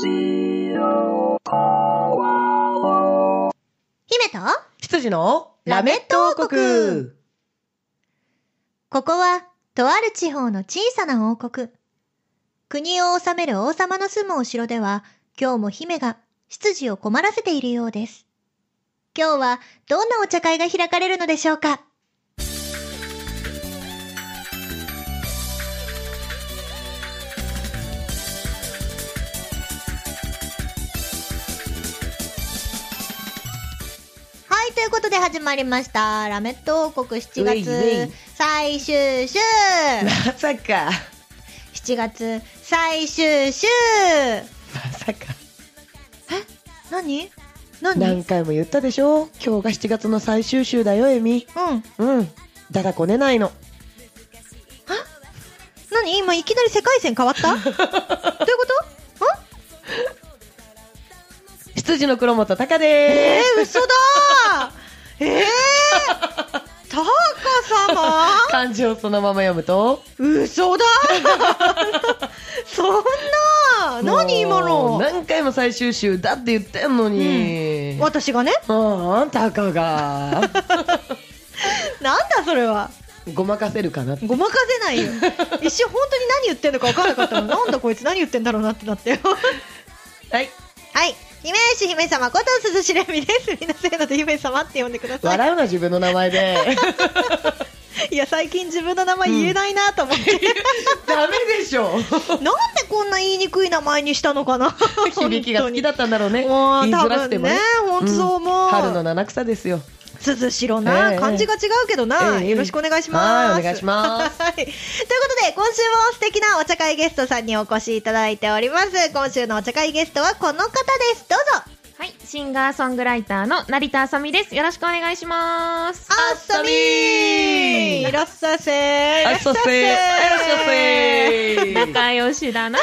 姫と羊のラメット王国。 ここはとある地方の小さな王国。国を治める王様の住むお城では、今日も姫が執事を困らせているようです。今日はどんなお茶会が開かれるのでしょうか。はい、ということで始まりましたラメット王国7月最終週。 まさか 7月最終週。 まさか何何回も言ったでしょ、今日が7月の最終週だよエミ。だだこねないの。 何今いきなり世界線変わったどういうこと羊の黒本隆でーす。 嘘だータカ様漢字をそのまま読むと嘘だそんな何今の。 何回も最終週だって言ってんのに、 私がね。 タカがなんだそれは。 ごまかせるかなって。 ごまかせないよ一瞬本当に何言ってんのか分からなかったのなんだこいつ何言ってんだろうなってなってよはい姫主姫様こと鈴しれみです。みんなせーので姫様って呼んでください。 笑うな自分の名前でいや最近自分の名前言えないなと思って、 ダメでしょなんでこんな言いにくい名前にしたのかな響きが好きだったんだろうね。言いづづらくてもね、 本当そう思う、 春の七草ですよ。 鈴代な、漢字が違うけどな、よろしくお願いします。 はい、お願いしますということで今週も素敵なお茶会ゲストさんにお越しいただいております。今週のお茶会ゲストはこの方です。どうぞ。 はい、シンガーソングライターの成田あさみです。よろしくお願いします。 あさみーいらっしゃせーあっそせーいらっしゃせー仲良しだな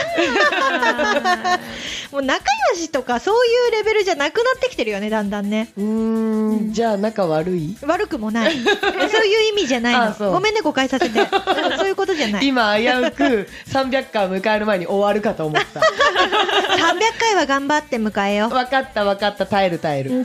もう仲良しとかそういうレベルじゃなくなってきてるよね、だんだんね。 じゃあ仲悪い？ 悪くもないそういう意味じゃないの。ごめんね誤解させてそういうことじゃない。 今危うく300回を迎える前に終わるかと思った 300回は頑張って迎えよう。 分かった耐える耐える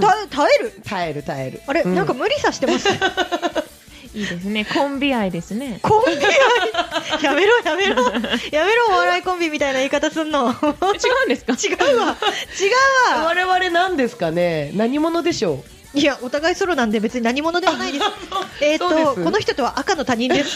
あれ、なんか無理さしてますいいですね、コンビ愛ですね。 コンビ愛やめろお笑いコンビみたいな言い方すんの違うんですか？ 違うわ我々なんですかね、何者でしょう。 いやお互いソロなんで別に何者でもないですこの人とは赤の他人です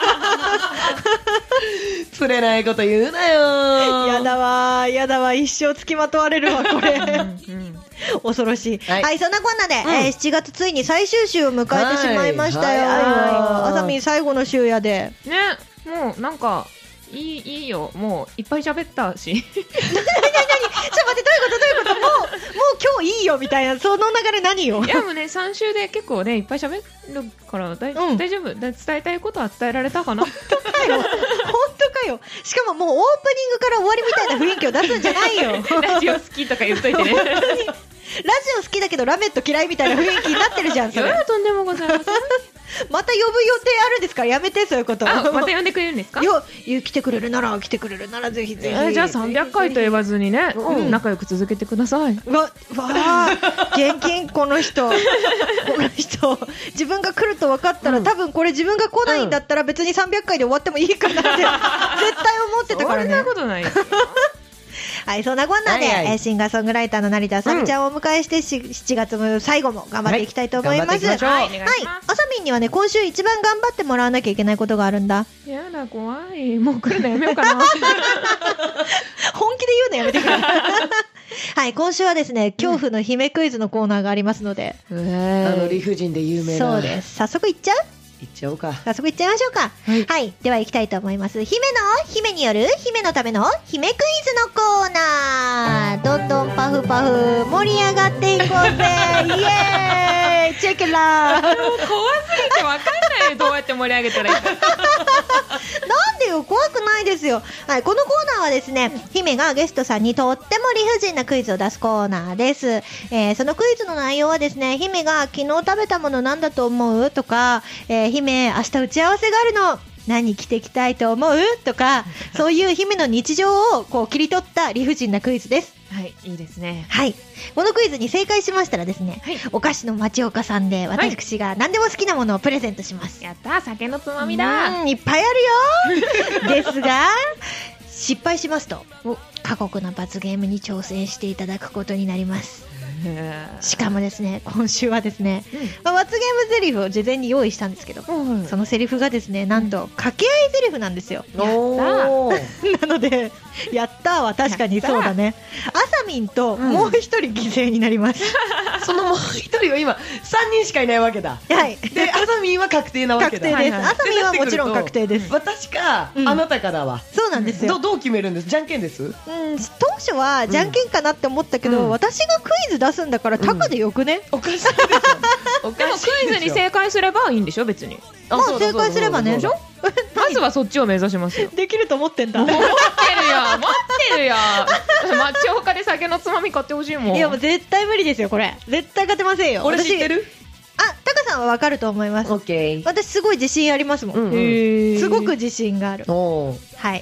釣れないこと言うなよ。 やだわ一生つきまとわれるわこれ恐ろしい。はい、そんなこんなで、7月ついに最終週を迎えてしまいましたよ。あさみん最後の週やでね。もうなんかいいよ、もういっぱい喋ったしちょっと待って、どういうこともう今日いいよみたいな、その流れ何よ。 いやもうね、3週で結構ねいっぱい喋るから大丈夫。伝えたいことは伝えられたかな。 本当かよ。しかももうオープニングから終わりみたいな雰囲気を出すんじゃないよラジオ好きとか言っといてねラジオ好きだけどラメット嫌いみたいな雰囲気になってるじゃん。それとんでもございませんまた呼ぶ予定あるんですか？やめてそういうこと。 また呼んでくれるんですか？ 来てくれるならぜひぜひ。 じゃあ300回と言わずにね、仲良く続けてください。 わ現金この人自分が来ると分かったら、多分これ自分が来ないんだったら別に300回で終わってもいいかなって絶対思ってたからね。 そんなことないですよはい、そんなこんなで、シンガーソングライターの成田あさみちゃんをお迎えして、7月の最後も頑張っていきたいと思います。 はい、 あさみんにはね、今週一番頑張ってもらわなきゃいけないことがあるんだ。 やだ、怖い。もう来るのやめようかな本気で言うのやめてくれはい、今週はですね、恐怖の姫クイズのコーナーがありますので、 理不尽で有名な。 そうです。早速いっちゃう？ いっちゃおうか。 早速いっちゃいましょうか。はい、では行きたいと思います。姫による姫のための姫クイズのコーナー。どんどんパフパフ盛り上がっていこうぜイエーイチェケラー怖すぎてわかんないよ、どうやって盛り上げたらいいかなんでよ、怖くないですよ。はい、このコーナーはですね、姫がゲストさんにとっても理不尽なクイズを出すコーナーです。そのクイズの内容はですね、姫が昨日食べたものなんだと思うとか、姫明日打ち合わせがあるの何着てきたいと思うとか、そういう姫の日常をこう切り取った理不尽なクイズです。 はい、いいですね。 はい。このクイズに正解しましたらですね、 はい、 お菓子の町岡さんで私が何でも好きなものをプレゼントします。 やったー、酒のつまみだ。 いっぱいあるよですが、失敗しますと過酷な罰ゲームに挑戦していただくことになります。しかもですね、今週はですね、罰ゲームセリフを事前に用意したんですけど、そのセリフがですね、なんと掛け合いセリフなんですよ。 やったーなので、やったーは確かにそうだね。あさみんともう一人犠牲になります。 そのもう一人は今3人しかいないわけだ。 はい。 で、あさみんは確定なわけだ。 確定です。あさみんはもちろん確定です。 私か、あなたかだわ。 そうなんですよ。 どう決めるんです？じゃんけんです？ 当初はじゃんけんかなって思ったけど、私がクイズ出すんだからタカでよくね？ おかしいでしょ。 でもクイズに正解すればいいんでしょ、別に。 まあ正解すればね。 まずはそっちを目指しますよ。 できると思ってんだ。 持ってるよ。町岡で酒のつまみ買ってほしいもん。 いやもう絶対無理ですよ、これ。絶対勝てませんよ。 俺知ってる？ タカさんはわかると思います。 オッケー。 私すごい自信ありますもん。すごく自信がある。はい。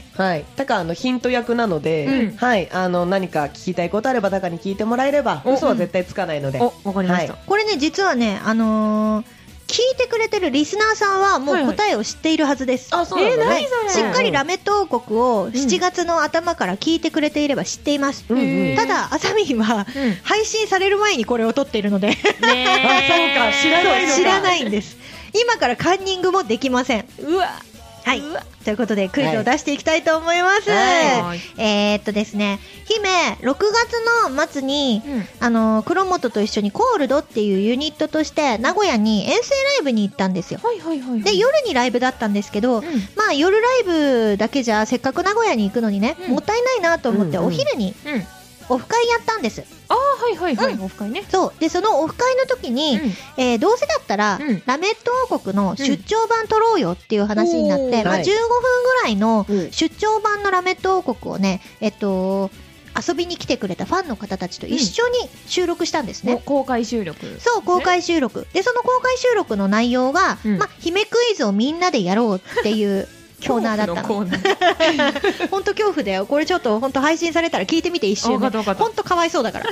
はい。タカヒント役なので、はい。何か聞きたいことあればタカに聞いてもらえれば、嘘は絶対つかないので。 わかりました。 これね、実はね、聞いてくれてるリスナーさんはもう答えを知っているはずです。 あ、そうなんだね。 しっかりラメット王国を7月の頭から聞いてくれていれば知っています。ただ、あさみんは配信される前にこれを撮っているので、 あ、そうか、知らないのか。 知らないんです。今からカンニングもできません。 うわ。 はい。ということでクイズを出していきたいと思います。ですね、姫、6月の末に、黒本と一緒にコールドっていうユニットとして名古屋に遠征ライブに行ったんですよ。で、夜にライブだったんですけど、まあ夜ライブだけじゃせっかく名古屋に行くのにね、もったいないなと思ってお昼にオフ会やったんです。オフ会ね。そうで、そのオフ会の時に、どうせだったら、ラメット王国の出張版撮ろうよっていう話になって、15分ぐらいの出張版のラメット王国をね、遊びに来てくれたファンの方たちと一緒に収録したんですね。 公開収録。 そう、公開収録で、その公開収録の内容が、姫クイズをみんなでやろうっていうコーナーだったの。本当恐怖だよ。これちょっと本当配信されたら聞いてみて、一瞬。本当かわいそうだから。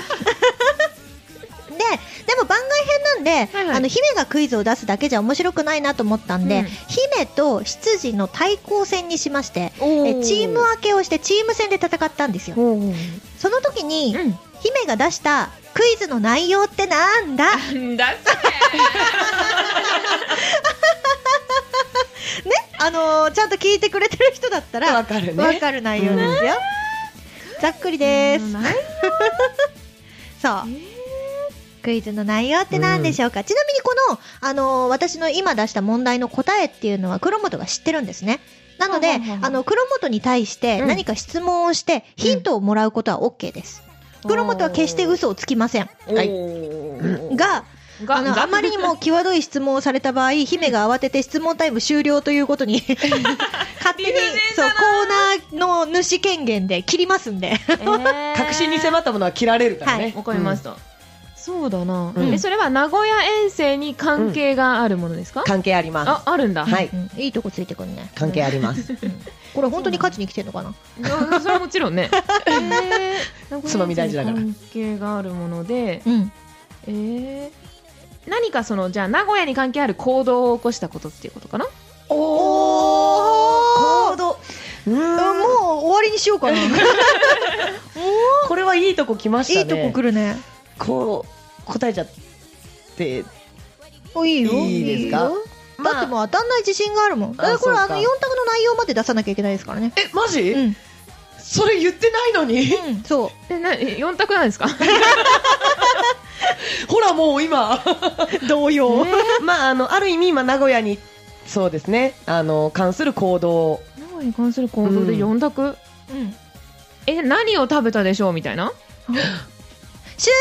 でも番外編なんで、姫がクイズを出すだけじゃ面白くないなと思ったんで、姫と執事の対抗戦にしまして、チーム分けをしてチーム戦で戦ったんですよ。その時に、姫が出したクイズの内容ってなんだ？ね、ちゃんと聞いてくれてる人だったらわかるね。 わかる内容ですよ。ざっくりです。そう。クイズの内容って何でしょうか。ちなみにこの、私の今出した問題の答えっていうのは黒本が知ってるんですね。なので、黒本に対して何か質問をしてヒントをもらうことは OK です。黒本は決して嘘をつきません。が、あまりにも際どい質問をされた場合、姫が慌てて質問タイム終了ということに勝手にそうコーナーの主権限で切りますんで、 確信に迫ったものは切られるからね。 わかりました。そうだな。それは名古屋遠征に関係があるものですか？ 関係あります。 あるんだ。 はい。 いいとこついてくるね。 関係あります。 これ本当に勝ちに来てんのかな？ それはもちろんね。 つまみ大事だから。 関係があるもので、何かじゃあ名古屋に関係ある行動を起こしたことっていうことかな？ 行動。もう終わりにしようかな。 これはいいとこ来ましたね。 いいとこ来るね。 こう答えちゃっていいよ。 いいですか？ だってもう当たんない自信があるもん。だからこれ4択の内容まで出さなきゃいけないですからね。 マジ？それ言ってないのに？ そう。 4択なんですか？ ほらもう今同様。 まあある意味今名古屋にそうですね関する行動。 名古屋に関する行動で4択？何を食べたでしょうみたいな？ 終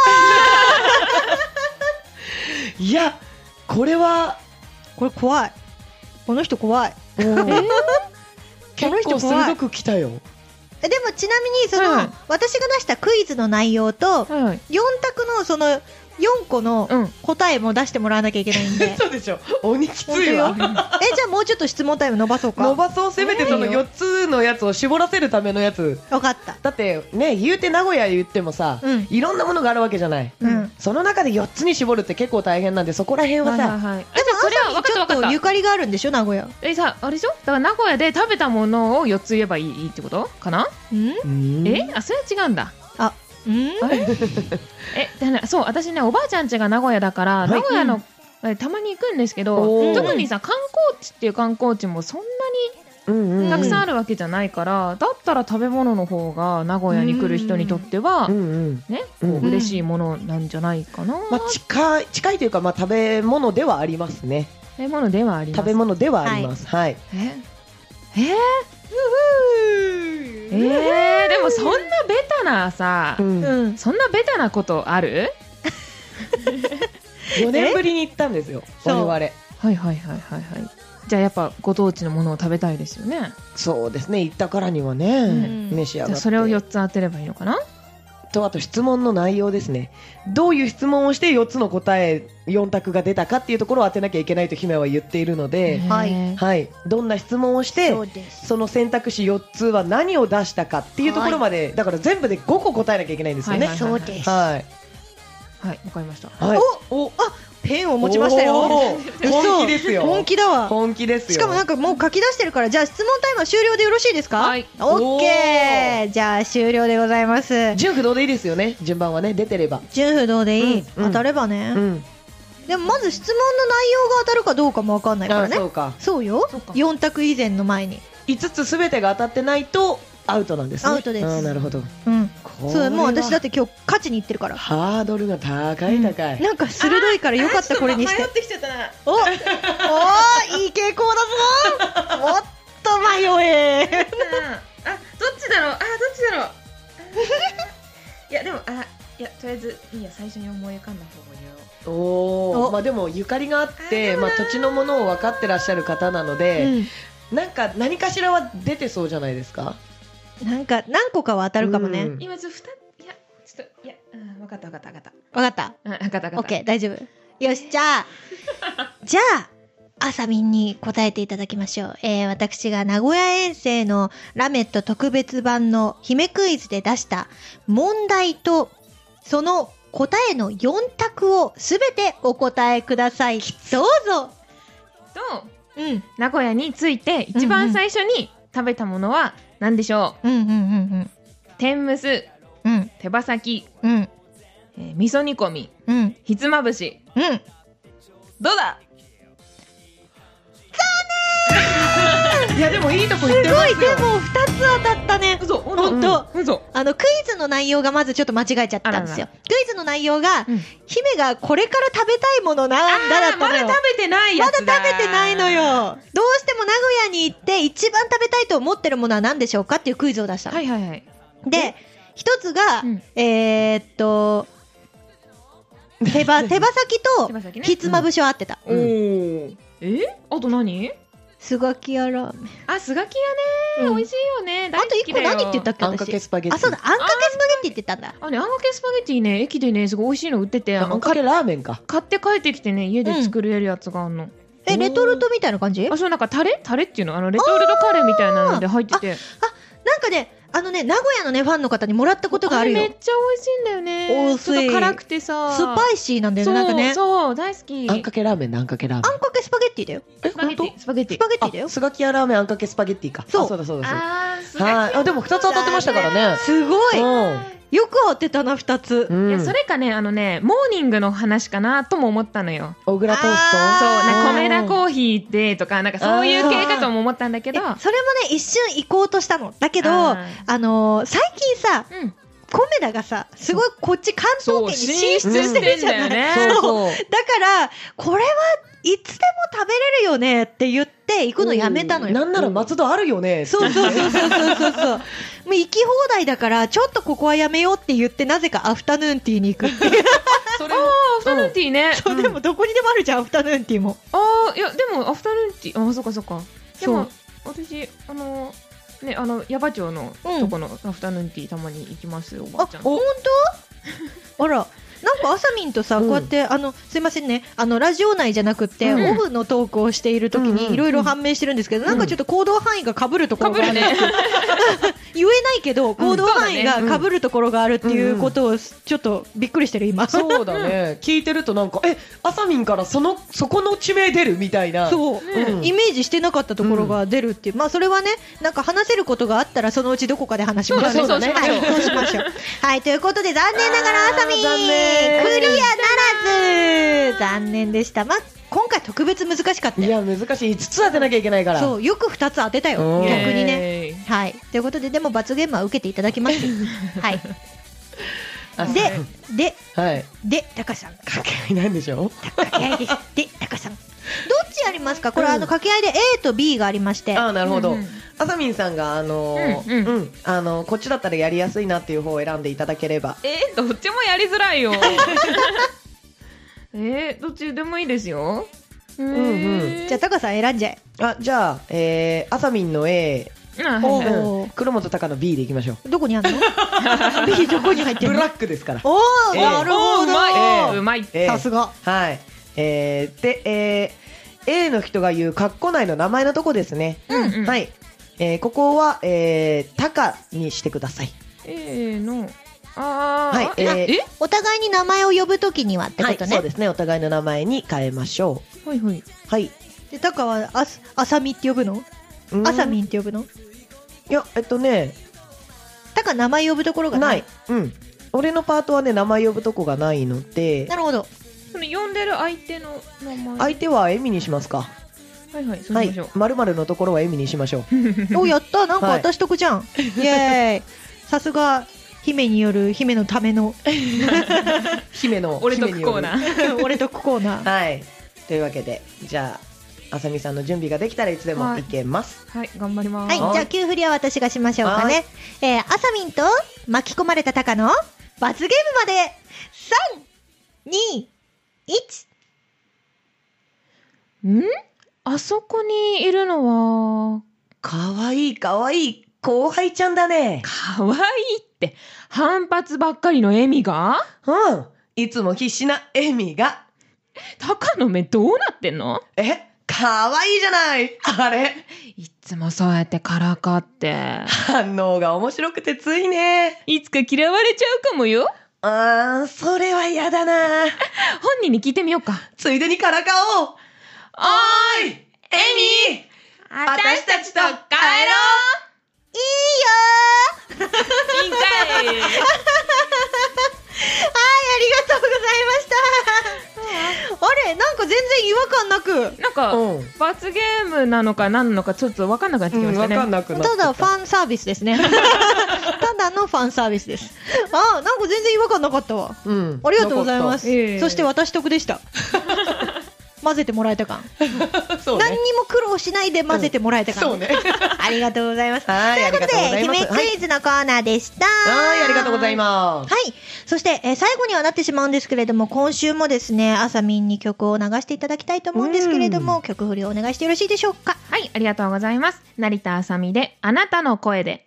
了。いやこれ怖い。この人怖い。 結構鋭く来たよ。 でもちなみに私が出したクイズの内容と4択の 4個の答えも出してもらわなきゃいけないんで。 そうでしょ。鬼きついわ。 じゃあもうちょっと質問タイム伸ばそうか。 伸ばそう。せめてその4つのやつを絞らせるためのやつ。 分かった。 だってね、言うて名古屋言ってもさ、いろんなものがあるわけじゃない。その中で4つに絞るって結構大変なんで、そこら辺はさ。でもそれは分かった分かった。 ゆかりがあるんでしょ、名古屋。 さ、あれでしょ、だから名古屋で食べたものを4つ言えばいいってことかな。それは違うんだ。あれそう、私ね、おばあちゃん家が名古屋だから、名古屋のたまに行くんですけど、特にさ、観光地っていう観光地もそんなにたくさんあるわけじゃないから、だったら食べ物の方が名古屋に来る人にとってはね、嬉しいものなんじゃないかな。 近いというか、食べ物ではありますね。 食べ物ではあります。 食べ物ではあります。はい。 でもそんなベタなさ、そんなベタなことある ？4年ぶりに行ったんですよ、我々。はい。 じゃあやっぱご当地のものを食べたいですよね。 そうですね、行ったからにはね、召し上がって。 じゃあそれを4つ当てればいいのかなと、あと質問の内容ですね。どういう質問をして4つの答え4択が出たかっていうところを当てなきゃいけないと姫は言っているので、どんな質問をしてその選択肢4つは何を出したかっていうところまで、だから全部で5個答えなきゃいけないんですよね。 そうです。 はい、わかりました。 ペンを持ちましたよ。 本気ですよ。 本気だわ。 本気ですよ。 しかもなんかもう書き出してるから、じゃあ質問タイムは終了でよろしいですか？はい。オッケー。じゃあ終了でございます。 順不動でいいですよね。順番はね、出てれば。 順不動でいい。当たればね。でもまず質問の内容が当たるかどうかもわかんないからね。 そうか。 そうよ。4択以前の前に。 5つすべてが当たってないとアウトなんですね。 アウトです。 なるほど。 そう、もう私だって今日勝ちに行ってるから。 ハードルが高い。 なんか鋭いからよかったこれにして。 迷ってきちゃったな。 いい傾向だぞ。もっと迷え。 どっちだろう。いやでもとりあえずいいや、最初に思い浮かんだ方を言おう。 でもゆかりがあって、土地のものを分かってらっしゃる方なので、なんか何かしらは出てそうじゃないですか。 なんか何個かは当たるかもね。 今分かった。 オッケー、大丈夫。よし、じゃああさみんに答えていただきましょう。私が名古屋遠征のラメット特別版の姫クイズで出した問題とその答えの4択をすべてお答えください。どうぞ。 名古屋に着いて一番最初に食べたものは何でしょう？天むす、手羽先、味噌煮込み、ひつまぶし。どうだ？ いやでもいいとこ行ってますよ。 すごい、でも2つ当たったね。 本当。 クイズの内容がまずちょっと間違えちゃったんですよ。クイズの内容が、姫がこれから食べたいものなんだだったのよ。 まだ食べてないやつだ。 まだ食べてないのよ。どうしても名古屋に行って一番食べたいと思ってるものは何でしょうかっていうクイズを出したの。で、一つが、手羽先とひつまぶしは合ってた。 あと何？ スガキヤラーメン。 スガキヤね、美味しいよね。 あと1個何って言ったっけ？ あんかけスパゲッティ。 そうだ、あんかけスパゲッティって言ったんだ。 あんかけスパゲッティね、駅でねすごい美味しいの売ってて、 あんかけラーメンか。 買って帰ってきてね、家で作れるやつがあんの。 レトルトみたいな感じ？ そう、なんかタレっていうの、レトルトカレーみたいなので入ってて。 なんかね、名古屋のねファンの方にもらったことがあるよ。 めっちゃ美味しいんだよね。ちょっと辛くてさ、 スパイシーなんだよね。なんかね、 そう大好き。 あんかけラーメンだ。あんかけラーメン。 あんかけスパゲッティだよ。 スパゲッティだよ。 スガキヤラーメンあんかけスパゲッティか。そうだ。でも2つ当たってましたからね。 すごい。よく当てたな、2つ。 いや、それかね、モーニングの話かなとも思ったのよ。 小倉トースト。 そう、米田コーヒーでとか、なんかそういう系かとも思ったんだけど。 それもね、一瞬行こうとしたの。だけど、最近さ、コメダがさ、すごいこっち関東圏に進出してるじゃない。だから、これはいつでも食べれるよねって言って行くのやめたのよ。 なんなら松戸あるよね。 そう。もう行き放題だからちょっとここはやめようって言って、なぜかアフタヌーンティーに行くっていう。 アフタヌーンティーね。 そう、でもどこにでもあるじゃん、アフタヌーンティーも。 いやでもアフタヌーンティー、そっか。でも私矢場町のとこのアフタヌーンティーたまに行きますよ、おばあちゃん。 本当？あら。 なんかあさみんとさ、こうやってすいませんね、ラジオ内じゃなくて、オフのトークをしているときにいろいろ判明してるんですけど、なんかちょっと行動範囲が被るところがある、言えないけど行動範囲が被るところがあるっていうことをちょっとびっくりしてる今。 そうだね、聞いてるとなんかあさみんからそこの地名出るみたいな、 そう、イメージしてなかったところが出るっていう、まあそれはね、なんか話せることがあったらそのうちどこかで話しましょう。 そうだね、 はい、そうしましょう。はい、ということで残念ながらあさみんクリアならず、残念でした。まあ今回特別難しかったよ。 いや難しい、5つ当てなきゃいけないから。 そう、よく2つ当てたよ、逆にね。はい、ということで、でも罰ゲームは受けていただきます。はい。で、タカさん。 掛け合いなんでしょ？ 掛け合いです。で、タカさん。どっちやりますか？これ掛け合いで A と B がありまして。 あ、なるほど。あさみんさんがこっちだったらやりやすいなっていう方を選んでいただければ。 どっちもやりづらいよ。どっちでもいいですよ。 じゃあタカさん選んじゃえ。 じゃああさみんの A、黒本タカの B でいきましょう。 どこにあるの？ B どこに入ってるの？ ブラックですから。 おー、なるほど。 うまい。 さすが。 はい。で、A の人が言うカッコ内の名前のとこですね。はい。ここはタカにしてください。 A のはい、お互いに名前を呼ぶときにはってことね。 はい、そうですね。お互いの名前に変えましょう。はいはい。 はい。 で、タカはあさみって呼ぶの？あさみんって呼ぶの？ いや、 タカ名前呼ぶところがない。 俺のパートはね、名前呼ぶとこがないので。 なるほど。 その呼んでる相手の名前。 相手はエミにしますか。 はいはい、そうしましょう。 〇〇のところはエミにしましょう。 お、やった、なんか私得じゃん。イエーイ。さすが。姫による姫のための姫の俺得コーナー。 俺得コーナー。 はい。というわけで、じゃああさみさんの準備ができたらいつでもいけます。 はい、頑張ります。 はい、じゃあ9振りは私がしましょうかね。あさみんと巻き込まれたタカの罰ゲームまで3、2、1。 あそこにいるのはかわいいかわいい後輩ちゃんだね。 かわいいって反発ばっかりのエミが？ いつも必死なエミが。 タカの目どうなってんの？ かわいいじゃない。あれいつもそうやってからかって反応が面白くてついね。 いつか嫌われちゃうかもよ。 それは嫌だな。 本人に聞いてみようか。 ついでにからかおう。おーいエミ、私たちと帰ろう。 いいよー。いいんかい。はい、ありがとうございました。あれ、なんか全然違和感なく、 なんか、罰ゲームなのか何なのかちょっと分かんなくなってきましたね。 分かんなくなってきた。 ただファンサービスですね。ただのファンサービスです。なんか全然違和感なかったわ。ありがとうございます。そして私得でした。混ぜてもらえた感。 そうね、 何にも苦労しないで混ぜてもらえた感。 そうね。 ありがとうございます。 はい、 ということで、姫クイズのコーナーでした。 はい、ありがとうございます。 はい。そして、最後にはなってしまうんですけれども、今週もですね、あさみんに曲を流していただきたいと思うんですけれども、曲振りをお願いしてよろしいでしょうか。 はい、ありがとうございます。成田あさみで、あなたの声で。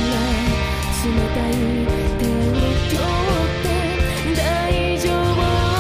冷たい手を取って大丈夫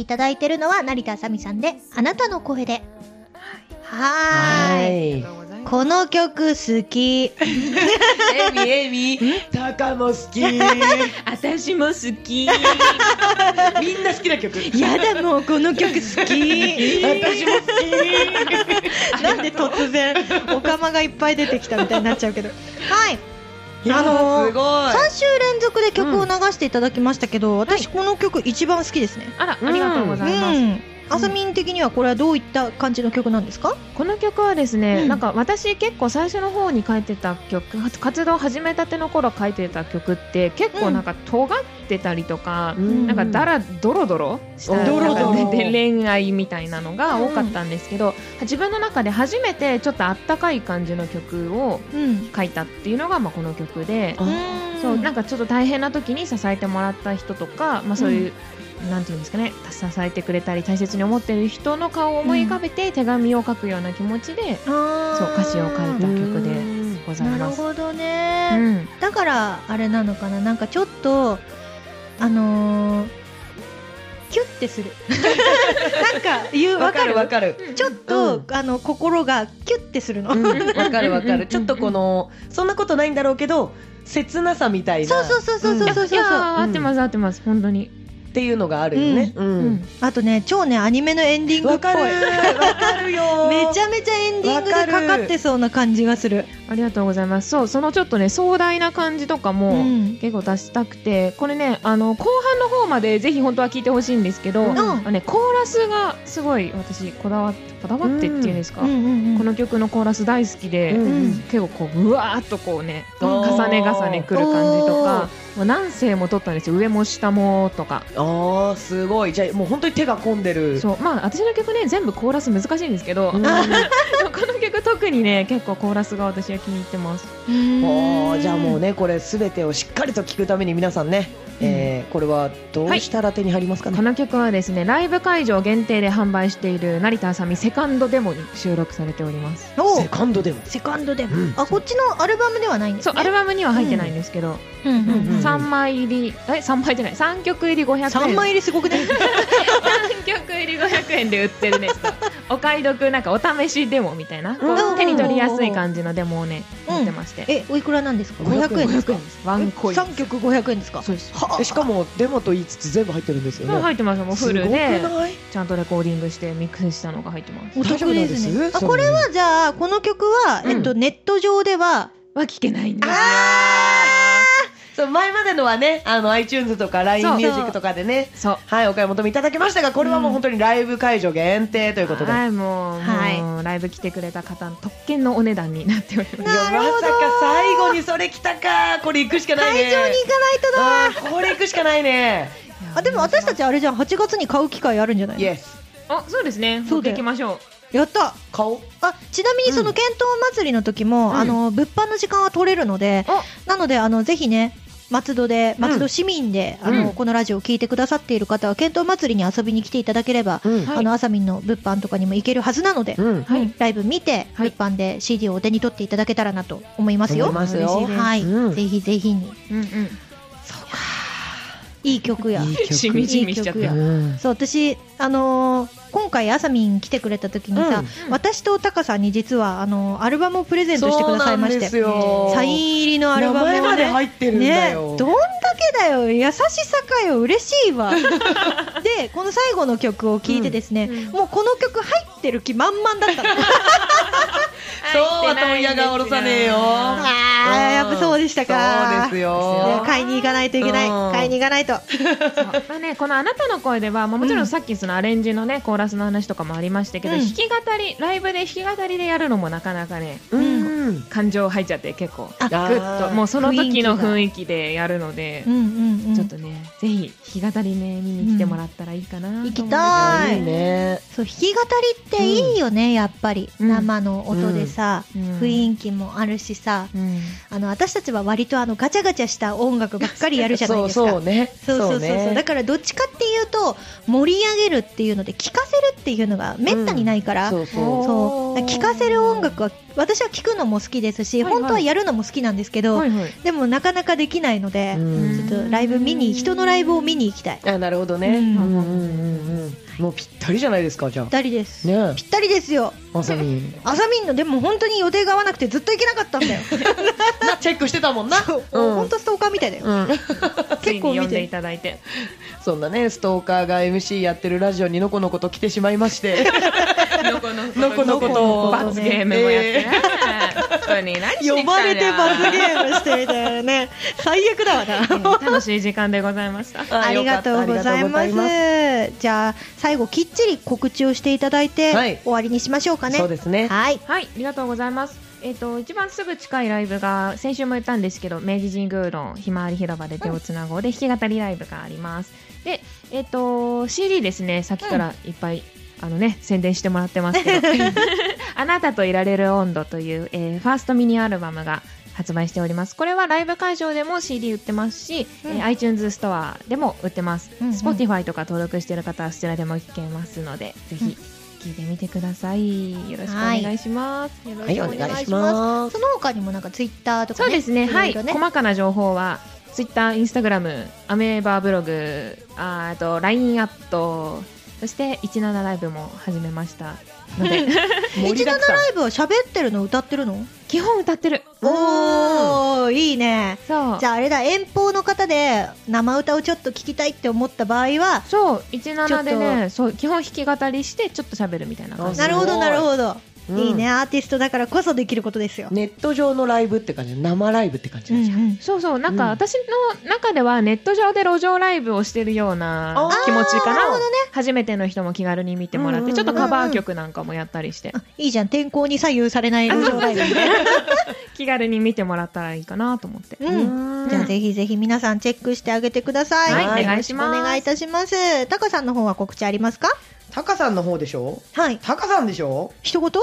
ただいてるのは成田あさみさんであなたの声で。はいこの曲好き。 エミタカも好き。 私も好き。 みんな好きな曲。 やだもうこの曲好き。 私も好き。なんで突然おかまがいっぱい出てきたみたいになっちゃうけど。はい。 すごい。 3週連続で曲を流していただきましたけど、私この曲一番好きですね。 あら、ありがとうございます。 あさみん的にはこれはどういった感じの曲なんですか？ この曲はですね、なんか私結構最初の方に書いてた曲、活動始めたての頃書いてた曲って結構なんか尖ってたりとか、なんかドロドロした恋愛みたいなのが多かったんですけど、自分の中で初めてちょっとあったかい感じの曲を書いたっていうのがこの曲で、そうなんかちょっと大変な時に支えてもらった人とか、そういうなんていうんですかね、支えてくれたり大切に思っている人の顔を思い浮かべて手紙を書くような気持ちで、そう歌詞を書いた曲でございます。 なるほどね、だからあれなのかな、なんかちょっとキュッてするなんかわかるわかる、ちょっと、心がキュッてするの。 わかるわかる。ちょっとこのそんなことないんだろうけど切なさみたいな。 そういや合ってます合ってます本当に。 っていうのがあるよね。 あとね、超ねアニメのエンディングっぽい。わかるよ。 めちゃめちゃエンディングでかかってそうな感じがする。 ありがとうございます。そのちょっとね壮大な感じとかも結構出したくて、これね後半の方までぜひ本当は聞いてほしいんですけど、コーラスがすごい私こだわってっていうんですか、この曲のコーラス大好きで、結構こううわーっとこうね重ね重ねくる感じとか。何声も取ったんですよ、上も下もとか。 すごい。じゃあもう本当に手が込んでる。 そう、私の曲ね全部コーラス難しいんですけど、この曲特にね結構コーラスが私は気に入ってます。 じゃあもうねこれ全てをしっかりと聴くために皆さんね、これはどうしたら手に入りますかね？ この曲はですねライブ会場限定で販売している成田あさみセカンドデモに収録されております。 セカンドデモ。 こっちのアルバムではないんですね。 そう、アルバムには入ってないんですけど、3枚入り3枚じゃない3曲入り500円。 3枚入りすごくね。 3曲入り500円で売ってるね。お買い得なんかお試しデモみたいな、手に取りやすい感じのデモをね持ってまして。 おいくらなんですか？500円ですか？ ワンコイン。 3曲500円ですか？ そうです。 しかもデモと言いつつ全部入ってるんですよね。 入ってます。もうフルでちゃんとレコーディングしてミックスしたのが入ってます。 お得ですね。これはじゃあこの曲はネット上では聴けないんですよ。 そう前までのはねiTunes とか LINE ミュージックとかでね、お買い求めいただきましたが、これはもう本当にライブ会場限定ということで、 もうライブ来てくれた方の特権のお値段になっております。 まさか最後にそれ来たか。これ行くしかないね。 会場に行かないとだ。これ行くしかないね。 でも私たちあれじゃん、8月に買う機会あるんじゃない？ Yes。 そうですね。そうで行きましょう。やった。 買おう。 ちなみにその検討祭りの時も物販の時間は取れるので、なのでぜひね松戸市民でこのラジオを聞いてくださっている方は検討祭りに遊びに来ていただければ、あさみんの物販とかにも行けるはずなので、ライブ見て物販で CD をお手に取っていただけたらなと思いますよ。はい、ぜひぜひに。そうか。いい曲や。 しみじみしちゃった。 そう、私今回あさみん来てくれた時にさ、私とタカさんに実はアルバムをプレゼントしてくださいまして、サイン入りのアルバム名前まで入ってるんだよ。 どんだけだよ、優しさかよ、嬉しいわ。でこの最後の曲を聴いてですね、もうこの曲入ってる気満々だったの。 そうは問屋が下ろさねえよ。 やっぱそうでしたか。 そうですよ。 買いに行かないといけない。買いに行かないと。 このあなたの声ではもちろんさっきそのアレンジのねコーラスの話とかもありましたけど、弾き語りライブで弾き語りでやるのもなかなかね感情入っちゃって結構グッともうその時の雰囲気でやるので、ちょっとねぜひ弾き語りね見に来てもらったらいいかな。 行きたいね。そう、弾き語りっていいよね、やっぱり生の音でさ、雰囲気もあるしさ、私たちは割とガチャガチャした音楽ばっかりやるじゃないですか。そうだからどっちかっていうと盛り上げるっていうので聴かせるっていうのがめったにないから、聴かせる音楽は私は聞くのも好きですし、本当はやるのも好きなんですけど、でもなかなかできないので、ちょっとライブ人のライブを見に行きたい。 あ、なるほどね。もうぴったりじゃないですか。じゃあぴったりです。ぴったりですよ。 あさみんのでも本当に予定が合わなくてずっと行けなかったんだよ。 チェックしてたもんな。 本当ストーカーみたいだよ。 結構見ていただいて。 そんなね、ストーカーが MC やってるラジオにのこのこと来てしまいまして。のこのこと罰ゲームもやってね。 呼ばれて罰ゲームしてみたいなね。最悪だわな。 楽しい時間でございました。 ありがとうございます。じゃあ最後きっちり告知をしていただいて終わりにしましょうかね。 そうですね。 はい、ありがとうございます。一番すぐ近いライブが先週も言ったんですけど、明治神宮のひまわり広場で手をつなごうで弾き語りライブがあります。で、CD ですね、さっきからいっぱい、宣伝してもらってますけどあなたといられる温度という、ファーストミニアルバムが発売しております。これはライブ会場でも CD 売ってますし、iTunes ストアでも売ってます。Spotify とか登録している方はそちらでも聴けますので、ぜひ聞いてみてください。よろしくお願いします。 よろしくお願いします。その他にもなんかツイッターとかね。 そうですね。はい。細かな情報はツイッター、インスタグラム、アメーバーブログ、あと LINE アット、そして17ライブも始めましたので。 17ライブは喋ってるの歌ってるの？ 基本歌ってる。 おー、いいね。そう。じゃああれだ、遠方の方で生歌をちょっと聞きたいって思った場合は、 そう、17でね、そう、基本弾き語りしてちょっと喋るみたいな感じ。 なるほどなるほど。いいね、アーティストだからこそできることですよ。 ネット上のライブって感じ、生ライブって感じなんじゃん。 そうそう、なんか私の中ではネット上で路上ライブをしてるような気持ちかな。初めての人も気軽に見てもらって、ちょっとカバー曲なんかもやったりして。 いいじゃん、天候に左右されない路上ライブみたいな。 気軽に見てもらったらいいかなと思って。 じゃあぜひぜひ皆さんチェックしてあげてください。 はい、お願いします。 お願いいたします。タカさんの方は告知ありますか？ タカさんの方でしょ。 はい。 タカさんでしょ。 一言？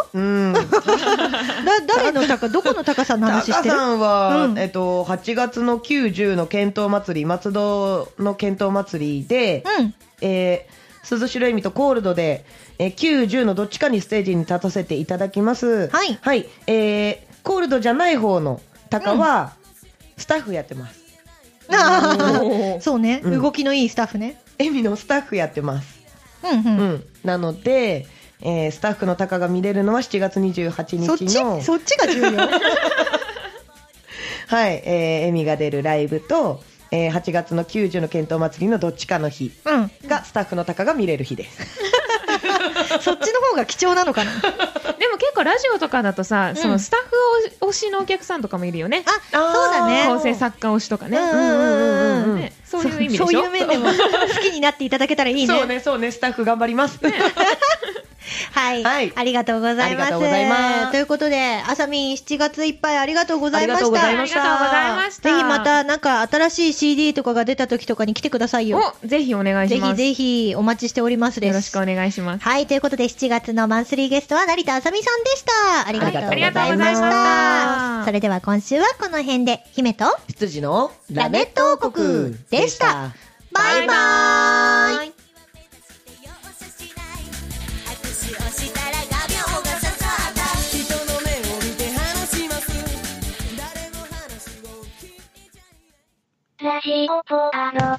誰のタカ、どこのタカさんの話してる？ タカさんは、8月の9、10の剣闘祭り、松戸の剣闘祭りで、鈴代恵美とコールドで、9、10のどっちかにステージに立たせていただきます。 はい。 はい。コールドじゃない方のタカは、スタッフやってます。 そうね、動きのいいスタッフね。 恵美のスタッフやってます。なので、スタッフのタカが見れるのは7月28日のそっちが重要はい、恵美が出るライブと、8月の90の剣闘祭りのどっちかの日が、スタッフのタカが見れる日ですそっちの方が貴重なのかなでも結構ラジオとかだとさ、そのスタッフ推しのお客さんとかもいるよね。 そうだね。 構成作家推しとかね。そういう意味でしょ。 そういう面でも好きになっていただけたらいいね。 そうね、スタッフ頑張ります。 はい、ありがとうございます。ということで、あさみん7月いっぱいありがとうございました。 ありがとうございました。 ぜひまたなんか新しい CD とかが出た時とかに来てくださいよ。 ぜひお願いします。 ぜひお待ちしておりますです。 よろしくお願いします。 はい、ということで7月のマンスリーゲストは成田あさみさんでした。ありがとうございました。それでは今週はこの辺で、姫と羊のラメット王国でした。バイバーイ。ラジオポアロ